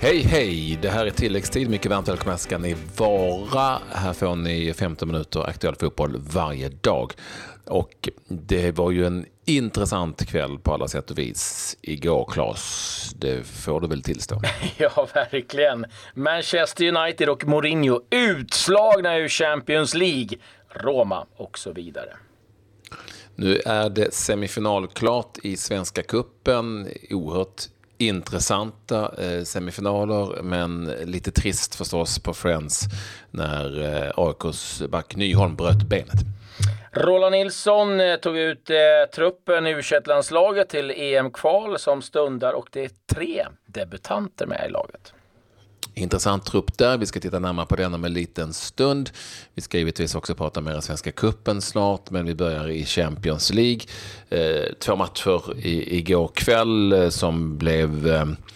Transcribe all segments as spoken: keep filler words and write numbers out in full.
Hej hej, det här är tilläggstid. Mycket varmt välkomna ska ni vara. Här får ni femton minuter aktuell fotboll varje dag. Och det var ju en intressant kväll på alla sätt och vis igår, Claes. Det får du väl tillstå? Ja, verkligen. Manchester United och Mourinho utslagna ur Champions League, Roma och så vidare. Nu är det semifinal klart i Svenska cupen. Oerhört intressanta eh, semifinaler, men lite trist förstås på Friends när eh, A I K:s back Nyholm bröt benet. Roland Nilsson eh, tog ut eh, truppen i U tjugoett-landslaget till E M-kval som stundar, och det är tre debutanter med i laget. Intressant trupp där. Vi ska titta närmare på den om en liten stund. Vi ska givetvis också prata mer om Svenska cupen snart, men vi börjar i Champions League. Eh, två matcher i, igår kväll eh, som blev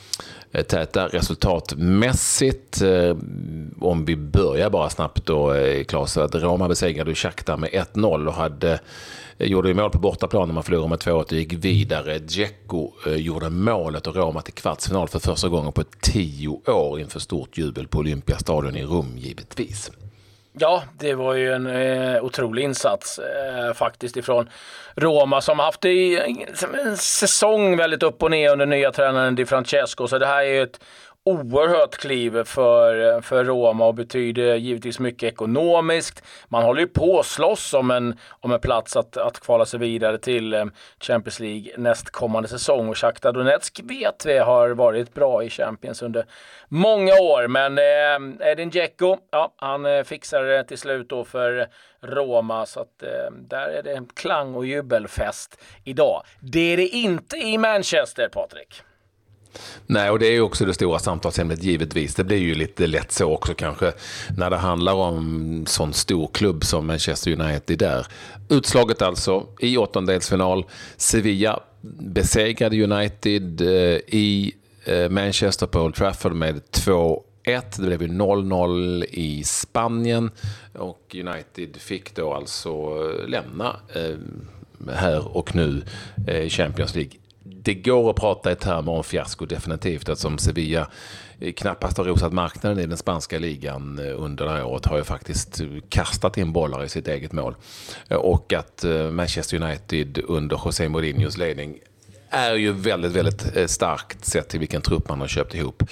eh, täta resultatmässigt. Eh, om vi börjar bara snabbt då, eh, Claes, att Roma besegrade Shakhtar med ett noll och hade gjorde ju mål på bortaplan när man förlorade med två ett och gick vidare. Dzeko eh, gjorde målet och Roma till kvartsfinal för första gången på tio år inför stort jubel på Olympiastadion i Rom, givetvis. Ja, det var ju en eh, otrolig insats eh, faktiskt ifrån Roma, som haft i, en säsong väldigt upp och ner under nya tränaren Di Francesco. Så det här är ju ett oerhört kliv för, för Roma och betyder givetvis mycket ekonomiskt. Man håller ju på att slåss om en, om en plats att, att kvala sig vidare till Champions League nästkommande säsong. Och Shakhtar Donetsk vet vi har varit bra i Champions under många år. Men eh, Edin Dzeko, ja, han eh, fixar det till slut då för Roma, så att eh, där är det en klang- och jubelfest idag. Det är det inte i Manchester, Patrik. Nej, och det är ju också det stora samtalsämnet givetvis. Det blir ju lite lätt så också kanske när det handlar om sån stor klubb som Manchester United där. Utslaget alltså i åttondelsfinal. Sevilla besegrade United eh, i eh, Manchester på Old Trafford med två ett. Det blev ju noll noll i Spanien och United fick då alltså lämna eh, här och nu eh, Champions League. Det går att prata i termer om fiasko definitivt, eftersom Sevilla knappast har rosat marknaden i den spanska ligan under det här året, har ju faktiskt kastat in bollar i sitt eget mål. Och att Manchester United under José Mourinhos ledning är ju väldigt, väldigt starkt sett till vilken trupp man har köpt ihop.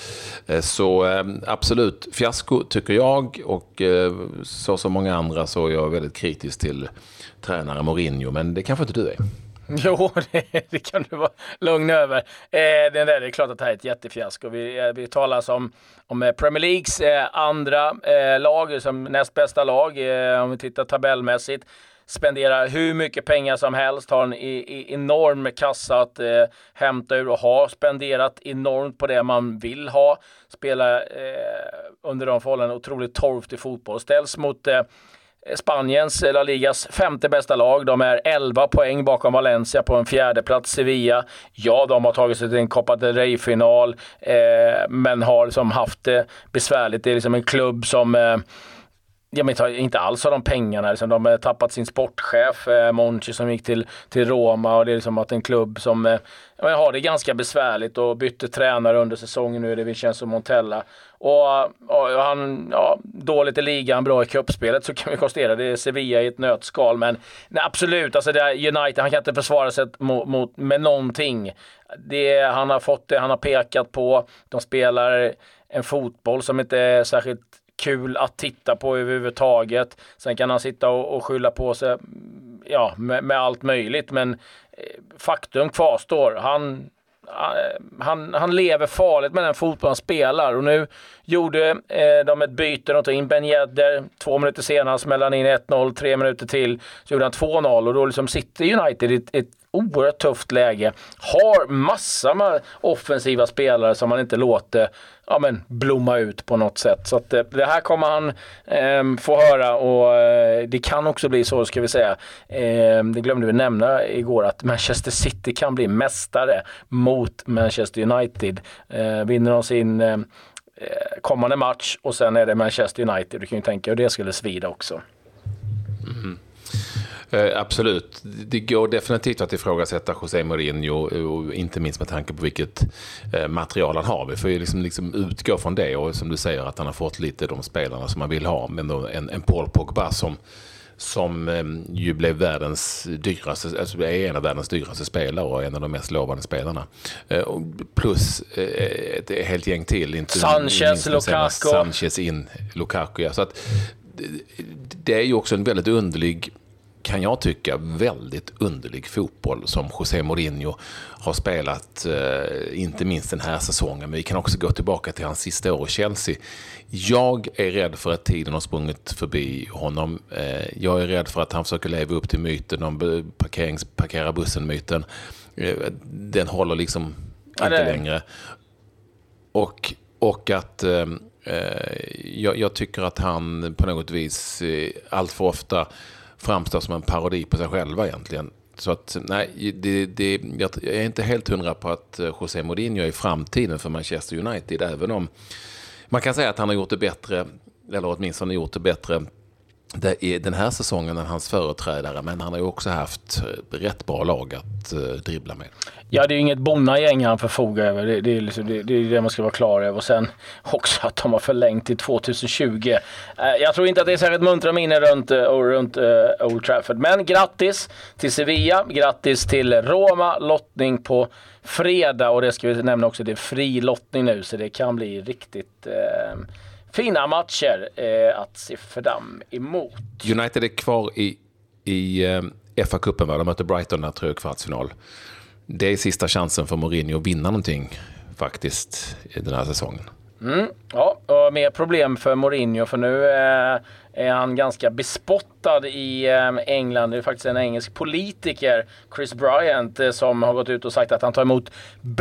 Så absolut fiasko tycker jag, och så som många andra så är jag väldigt kritisk till tränare Mourinho, men det kanske inte du är. Jo, det, det kan du vara lugn över. Eh, det, där, det är klart att det här är ett jättefiasko. Vi, vi talar om, om Premier Leagues eh, andra eh, lag, som näst bästa lag. Eh, om vi tittar tabellmässigt. Spenderar hur mycket pengar som helst. Har en i, i enorm kassa att eh, hämta ur och har spenderat enormt på det man vill ha. Spelar eh, under de förhållanden otroligt torftig fotboll. Ställs mot Eh, Spaniens La Ligas femte bästa lag. De är elva poäng bakom Valencia på en fjärde plats. Sevilla, ja, de har tagit sig till en Copa del Rey-final eh, men har liksom haft det besvärligt. Det är liksom en klubb som eh, ja, men inte alls har de pengarna. Liksom. De har tappat sin sportchef eh, Monchi, som gick till, till Roma, och det är liksom att en klubb som eh, ja, har det ganska besvärligt och bytte tränare under säsongen. Nu är det Vincenzo Montella. Och, och han, ja, dåligt i ligan, bra i cupspelet, så kan vi konstatera det är Sevilla i ett nötskal. Men nej, absolut, alltså det är United, han kan inte försvara sig mot, mot, med någonting. Det, han har fått det, han har pekat på. De spelar en fotboll som inte är särskilt kul att titta på överhuvudtaget. Sen kan han sitta och, och skylla på sig, ja, med, med allt möjligt. Men eh, faktum kvarstår. Han Han, han lever farligt med den fotboll han spelar, och nu gjorde eh, de ett byte. De tog in Ben Yedder, två minuter senare smällde han in ett noll, tre minuter till så gjorde han två noll, och då liksom sitter United i ett, ett oerhört tufft läge. Har massa med offensiva spelare som man inte låter ja, men, blomma ut på något sätt. Så att, det här kommer han eh, få höra, och eh, det kan också bli så, ska vi säga. Eh, det glömde vi nämna igår, att Manchester City kan bli mästare mot Manchester United. Eh, vinner de sin eh, kommande match, och sen är det Manchester United. Du kan ju tänka hur det skulle svida också. Mm. Eh, absolut. Det går definitivt att ifrågasätta José Mourinho, och inte minst med tanke på vilket eh, material han har. Vi får ju liksom, liksom utgå från det, och som du säger att han har fått lite de spelarna som man vill ha. Men då en, en Paul Pogba som som eh, ju blev världens dyraste, alltså är en av världens dyraste spelare och en av de mest lovande spelarna. Eh, plus eh, ett, ett helt gäng till. Inte, Sanchez, Lukaku. Sanchez in, Lukaku. Ja. Så att, det, det är ju också en väldigt underlig, kan jag tycka, väldigt underlig fotboll som José Mourinho har spelat, eh, inte minst den här säsongen. Men vi kan också gå tillbaka till hans sista år i Chelsea. Jag är rädd för att tiden har sprungit förbi honom. Eh, jag är rädd för att han försöker leva upp till myten om parkerings, parkera bussen-myten. Eh, den håller liksom ja, inte det... längre. Och, och att... Eh, jag, jag tycker att han på något vis eh, allt för ofta framstår som en parodi på sig själva egentligen. Så att nej, det, det, jag är inte helt hundra på att José Mourinho är i framtiden för Manchester United, även om man kan säga att han har gjort det bättre, eller åtminstone gjort det bättre det är den här säsongen än hans företrädare, men han har ju också haft rätt bra lag att uh, dribbla med. Ja, det är ju inget bonnagäng han förfogar över. Det, det, är liksom, det, det är det man ska vara klar över. Och sen också att de har förlängt till tjugohundratjugo. Uh, jag tror inte att det är särskilt muntra minnen runt, uh, runt uh, Old Trafford. Men grattis till Sevilla, grattis till Roma, lottning på fredag. Och det ska vi nämna också, det är fri lottning nu, så det kan bli riktigt... Uh, fina matcher eh, att se fram emot. United är kvar i, i eh, F A-cupen, va? De möter Brighton där, tror jag, kvartsfinal. Det är sista chansen för Mourinho att vinna någonting faktiskt i den här säsongen. Mm, ja, och mer problem för Mourinho, för nu eh, är han ganska bespottad i eh, England. Det är faktiskt en engelsk politiker, Chris Bryant, eh, som har gått ut och sagt att han tar emot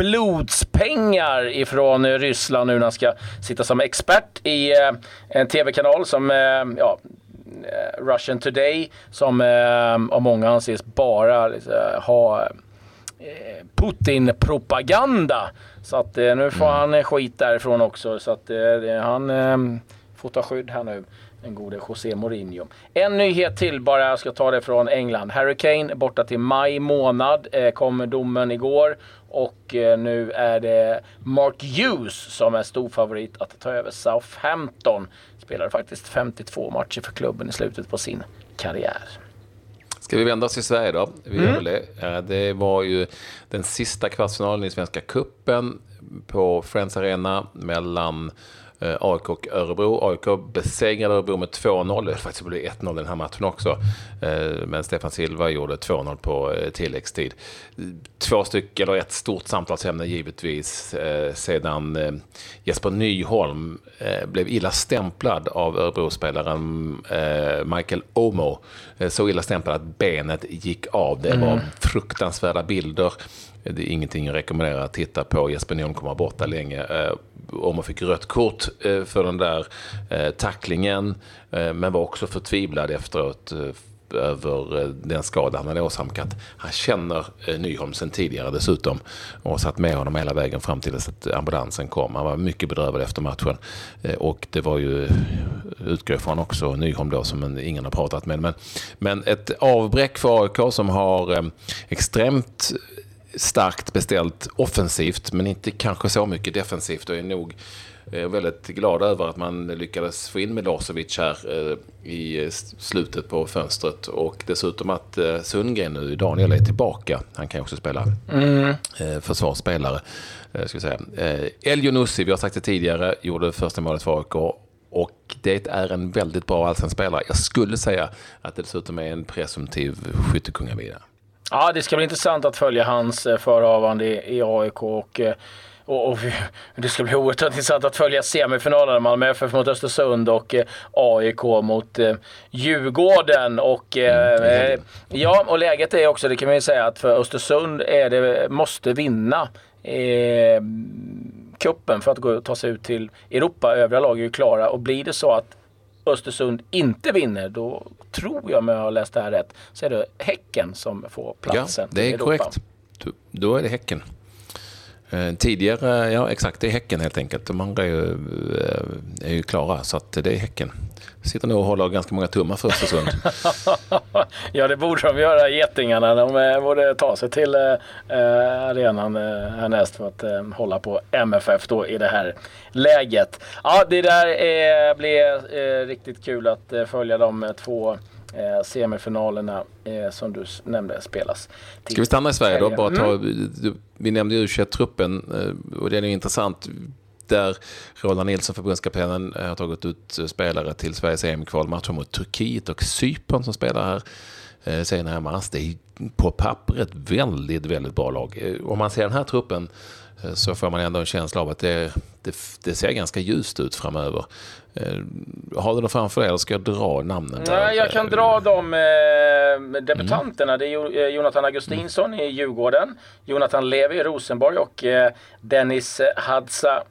blodspengar ifrån eh, Ryssland nu när han ska sitta som expert i eh, en tv-kanal som eh, ja, Russian Today, som eh, av många anses bara liksom, ha eh, Putin-propaganda. Så att eh, nu får han eh, skit därifrån också. Så att eh, han eh, får ta skydd här nu, den gode José Mourinho. En nyhet till bara, jag ska ta det från England. Harry Kane borta till maj månad, eh, kommer domen igår. Och eh, nu är det Mark Hughes som är stor favorit att ta över Southampton. Spelade faktiskt femtiotvå matcher för klubben i slutet på sin karriär. Ska vi vända oss till Sverige då? Vi gör mm. det. Det var ju den sista kvartsfinalen i Svenska cupen på Friends Arena mellan A I K och Örebro. A I K besegrade Örebro med två noll. Det faktiskt blev ett noll den här matchen också. Men Stefan Silva gjorde två noll på tilläggstid. Två stycken, eller ett stort samtalsämne givetvis, sedan Jesper Nyholm blev illa stämplad av Örebro-spelaren Michael Omo. Så illa stämplad att benet gick av. Det var mm. fruktansvärda bilder. Det är ingenting jag rekommenderar att titta på. Jesper Nyholm kommer borta länge. Om man fick rött kort för den där tacklingen, men var också förtvivlad efteråt över den skada han hade åsamkat. Han känner Nyholm sedan tidigare dessutom och satt med honom hela vägen fram till att ambulansen kom. Han var mycket bedrövad efter matchen, och det var ju, utgår från också Nyholm då, som ingen har pratat med. Men, men ett avbräck för A I K som har extremt starkt beställt offensivt, men inte kanske så mycket defensivt, och är nog väldigt glad över att man lyckades få in Milosevic här i slutet på fönstret, och dessutom att Sundgren nu, Daniel, är tillbaka. Han kan också spela mm. försvarsspelare, ska jag säga. El Younousi, vi har sagt det tidigare, gjorde första målet för A I K, och det är en väldigt bra allsvensk spelare. Jag skulle säga att det dessutom är en presumtiv skyttekungavida. Ja, det ska bli intressant att följa hans förehavande i, i A I K, och, och, och det ska bli oerhört intressant att följa semifinalen, Malmö F F mot Östersund och A I K mot eh, Djurgården. Och, eh, mm. ja, och läget är också, det kan man ju säga, att för Östersund är det, måste vinna eh, kuppen för att gå, ta sig ut till Europa. Övriga lag är ju klara, och blir det så att Östersund inte vinner, då tror jag, om jag har läst det här rätt, så är det Häcken som får platsen. Ja, det är korrekt. Då, då är det Häcken. Eh, tidigare, ja exakt, det är Häcken helt enkelt. De andra är ju, eh, är ju klara, så att det är Häcken. Sitter nog och håller ganska många tummar för Östersund. Ja, det borde de göra, getingarna. De eh, borde ta sig till eh, arenan eh, härnäst för att eh, hålla på M F F då i det här läget. Ja, det där eh, blir eh, riktigt kul att eh, följa de eh, två eh, semifinalerna eh, som du nämnde spelas. Ska vi stanna i Sverige då? Bara ta, mm. Vi nämnde ju U tjugoett-truppen eh, och det är ju intressant. Där Roland Nilsson, förbundskaptenen, har tagit ut spelare till Sveriges E M-kvalmatcher mot Turkiet och Cypern som spelar här eh, senare i mars. Det är på pappret väldigt, väldigt bra lag. Om man ser den här truppen eh, så får man ändå en känsla av att det, det, det ser ganska ljust ut framöver. Eh, har du det framför dig eller ska jag dra namnen? Där? Nej, jag kan dra de eh, debutanterna. Mm. Det är Jonathan Augustinsson mm. i Djurgården, Jonathan Levi i Rosenborg och eh, Dennis Hadza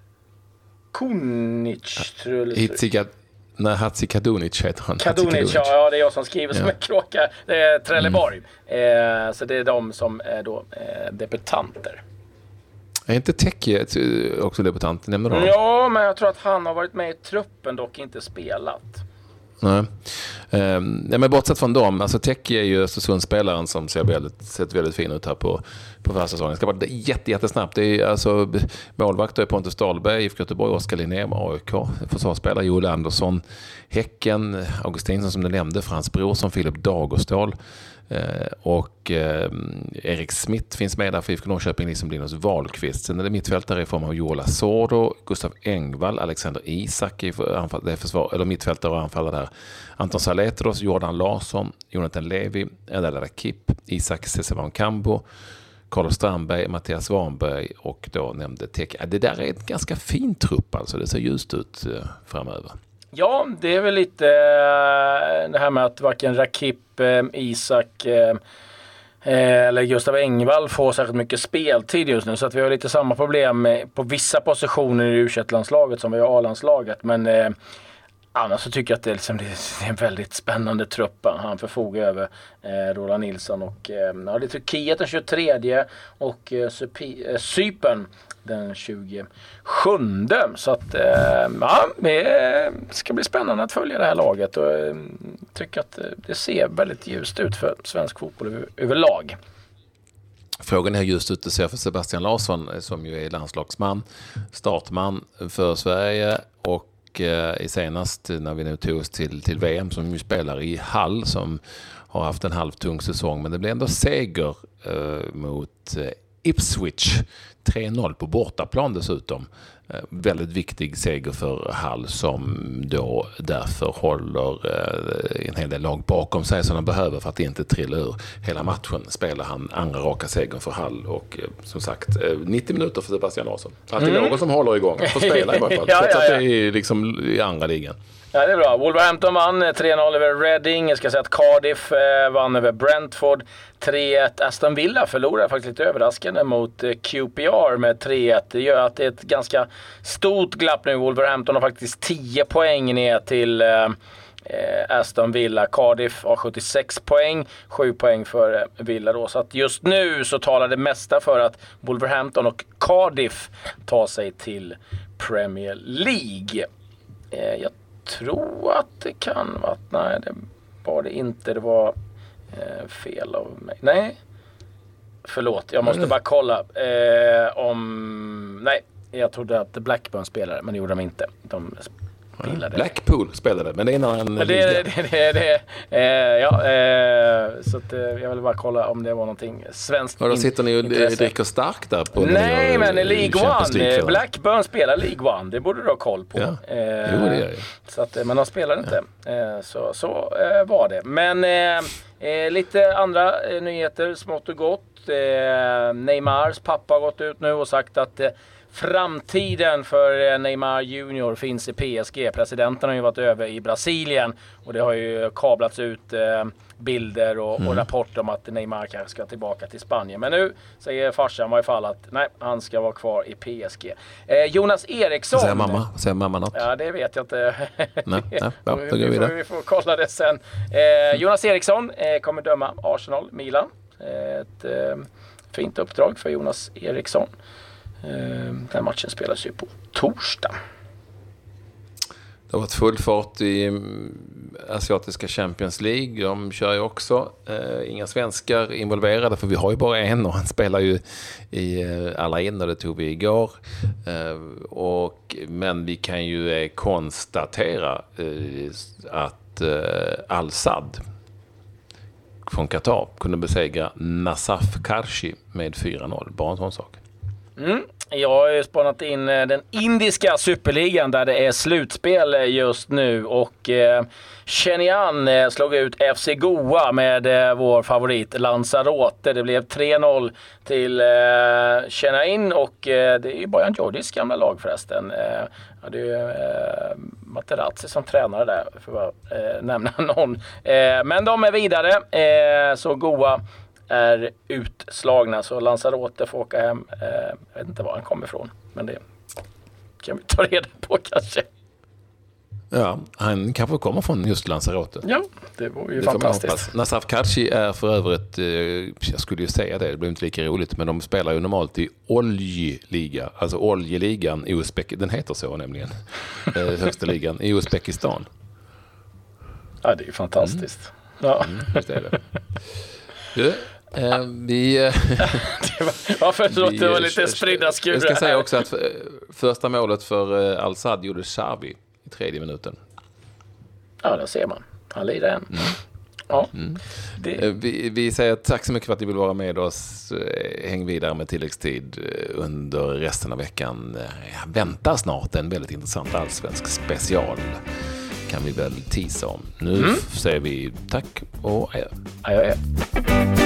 Kunic, tror jag. Nej, Hatzi Kadunic heter han. Kadunic, ja, ja, det är jag som skriver ja. som en kråka. Det är Trelleborg. Mm. Eh, så det är de som är då eh, debutanter. Är inte Teki också debutant? Nämner du? Ja, men jag tror att han har varit med i truppen, dock inte spelat. Nej. Um, ja, men bortsett från dem, alltså Teki är ju Östersundsspelaren som ser väldigt, sett väldigt fin ut här på, på förra säsongen. Det ska vara jätte, jättesnabbt. Det är alltså målvakter Pontus Dahlberg, I F K Göteborg, Oskar Linnér, A I K, försvarsspelare Joel Andersson, Häcken, Augustinsson som du nämnde, Frans Bror som Filip Dagerstål. Eh, och eh, Erik Smith finns med där för I F K Norrköping, liksom Linus Wahlqvist. Sen är det mittfältare i form av Jola Sordo, Gustav Engvall, Alexander Isak i anfall, det är försvar, eller mittfältare och anfallare där. Anton Saletros, Jordan Larsson, Jonathan Levi, Edala Kipp, Isak Sesevan Kambo, Carlos Strandberg, Mattias Warnberg och då nämnde Teki. Det där är ett ganska fin trupp alltså, det ser just ut eh, framöver. Ja, det är väl lite äh, det här med att varken Rakip, äh, Isak äh, eller Gustav Engvall får särskilt mycket speltid just nu. Så att vi har lite samma problem med, på vissa positioner i U tjugoett-landslaget som vi har A-landslaget. Men äh, annars så tycker jag att det är, liksom, det är en väldigt spännande trupp han förfogar över, äh, Roland Nilsson. Och, äh, ja, det är Turkiet den tjugotredje och äh, Cypern den tjugosjunde. Så att eh, ja, det ska bli spännande att följa det här laget och eh, tycker att det ser väldigt ljust ut för svensk fotboll över, överlag. Frågan är just ut att se för Sebastian Larsson som ju är landslagsman, startman för Sverige och eh, i senast när vi nu tog oss till, till V M som ju spelar i Hall som har haft en halvtung säsong, men det blev ändå seger eh, mot eh, Ipswich. tre noll på bortaplan dessutom. Eh, väldigt viktig seger för Hall som då därför håller eh, en hel del lag bakom sig som de behöver för att inte trilla ur. Hela matchen spelar han andra raka segern för Hall och eh, som sagt eh, nittio minuter för Sebastian Larsson. Alltid mm. någon som håller igång. Får spela i varje fall. ja, så ja, ja. att det är liksom i andra ligan. Ja, det är bra. Wolverhampton vann tre noll över Reading. Jag ska säga att Cardiff eh, vann över Brentford tre ett. Aston Villa förlorade faktiskt lite överraskande mot eh, Q P R med tre ett. Det gör att det är ett ganska stort glapp nu. Wolverhampton har faktiskt tio poäng ner till eh, Aston Villa. Cardiff har sjuttiosex poäng, sju poäng för eh, Villa då. Så att just nu så talar det mesta för att Wolverhampton och Cardiff tar sig till Premier League. Eh, jag tror att det kan vara att nej, det var det inte. Det var eh, fel av mig. Nej, förlåt. Jag måste bara kolla eh, om... Nej, jag trodde att Blackburn spelade, men det gjorde de inte. De spelade. Blackpool spelade, men det är en annan det, det, det, det, det, eh, ja, eh, så att, eh, jag ville bara kolla om det var någonting svenskt. Och då sitter ni och dricker stark där på... Nej, men League One. Blackburn spelar League One. Det borde du ha koll på. Ja. Eh, jo, det gör jag. Så att, men de spelar inte. Ja. Eh, så så eh, var det. Men eh, eh, lite andra eh, nyheter, smått och gott. Eh, Neymars pappa har gått ut nu och sagt att eh, framtiden för Neymar junior finns i P S G. Presidenten har ju varit över i Brasilien och det har ju kablats ut eh, bilder och, mm. och rapporter om att Neymar kanske ska tillbaka till Spanien. Men nu säger farsan i alla fall att nej, han ska vara kvar i P S G. Eh, Jonas Eriksson. Säger mamma? Säger mamma något? Ja, det vet jag inte. Nej, nej. Ja, då vi, vi, får, vi får kolla det sen. Eh, Jonas Eriksson eh, kommer döma Arsenal, Milan. Eh, ett eh, fint uppdrag för Jonas Eriksson. Den matchen spelas ju på torsdag. Det har varit full fart i asiatiska Champions League. De kör ju också. Eh, inga svenskar involverade, för vi har ju bara en och han spelar ju i eh, alla in, och det tog vi igår. Eh, och, men vi kan ju eh, konstatera eh, att eh, Al-Sadd från Qatar kunde besegra Nasaf Karshi med fyra noll. Bara en sån sak. Mm. Jag har ju spanat in den indiska superligan där det är slutspel just nu, och eh, Chennaiyin eh, slog ut F C Goa med eh, vår favorit Lanzarote. Det blev tre noll till eh, Chennaiyin, och eh, det är ju Bojan Djordjic gamla lag förresten. Eh, ja, det är ju eh, Materazzi som tränare där, för att eh, nämna någon. Eh, men de är vidare, eh, så Goa är utslagna, så Lanzarote får åka hem. Eh, jag vet inte var han kommer ifrån, men det kan vi ta reda på kanske. Ja, han kanske kommer från just Lanzarote. Ja, det var ju det fantastiskt. Nasaf Karshi är för övrigt, eh, jag skulle ju säga det, det blir inte lika roligt, men de spelar ju normalt i oljeliga, alltså oljeligan i Uzbekistan, den heter så nämligen, eh, högsta ligan i Uzbekistan. Ja, det är ju fantastiskt. Mm. Ja. Mm, just är det. Du, eh, vi... det var, varför så det var lite spridda skurar. Jag ska säga också att för, första målet för eh, Al-Sadd gjorde Xavi i tredje minuten. Ja, där ser man. Han lider än. Mm. Ja. Mm. Det... Eh, vi, vi säger tack så mycket för att ni vill vara med oss. Eh, häng vidare med tilläggstid eh, under resten av veckan. Eh, väntar snart en väldigt intressant allsvensk special. Kan vi väl tisa om. Nu mm. säger vi tack och adjö. Adjö.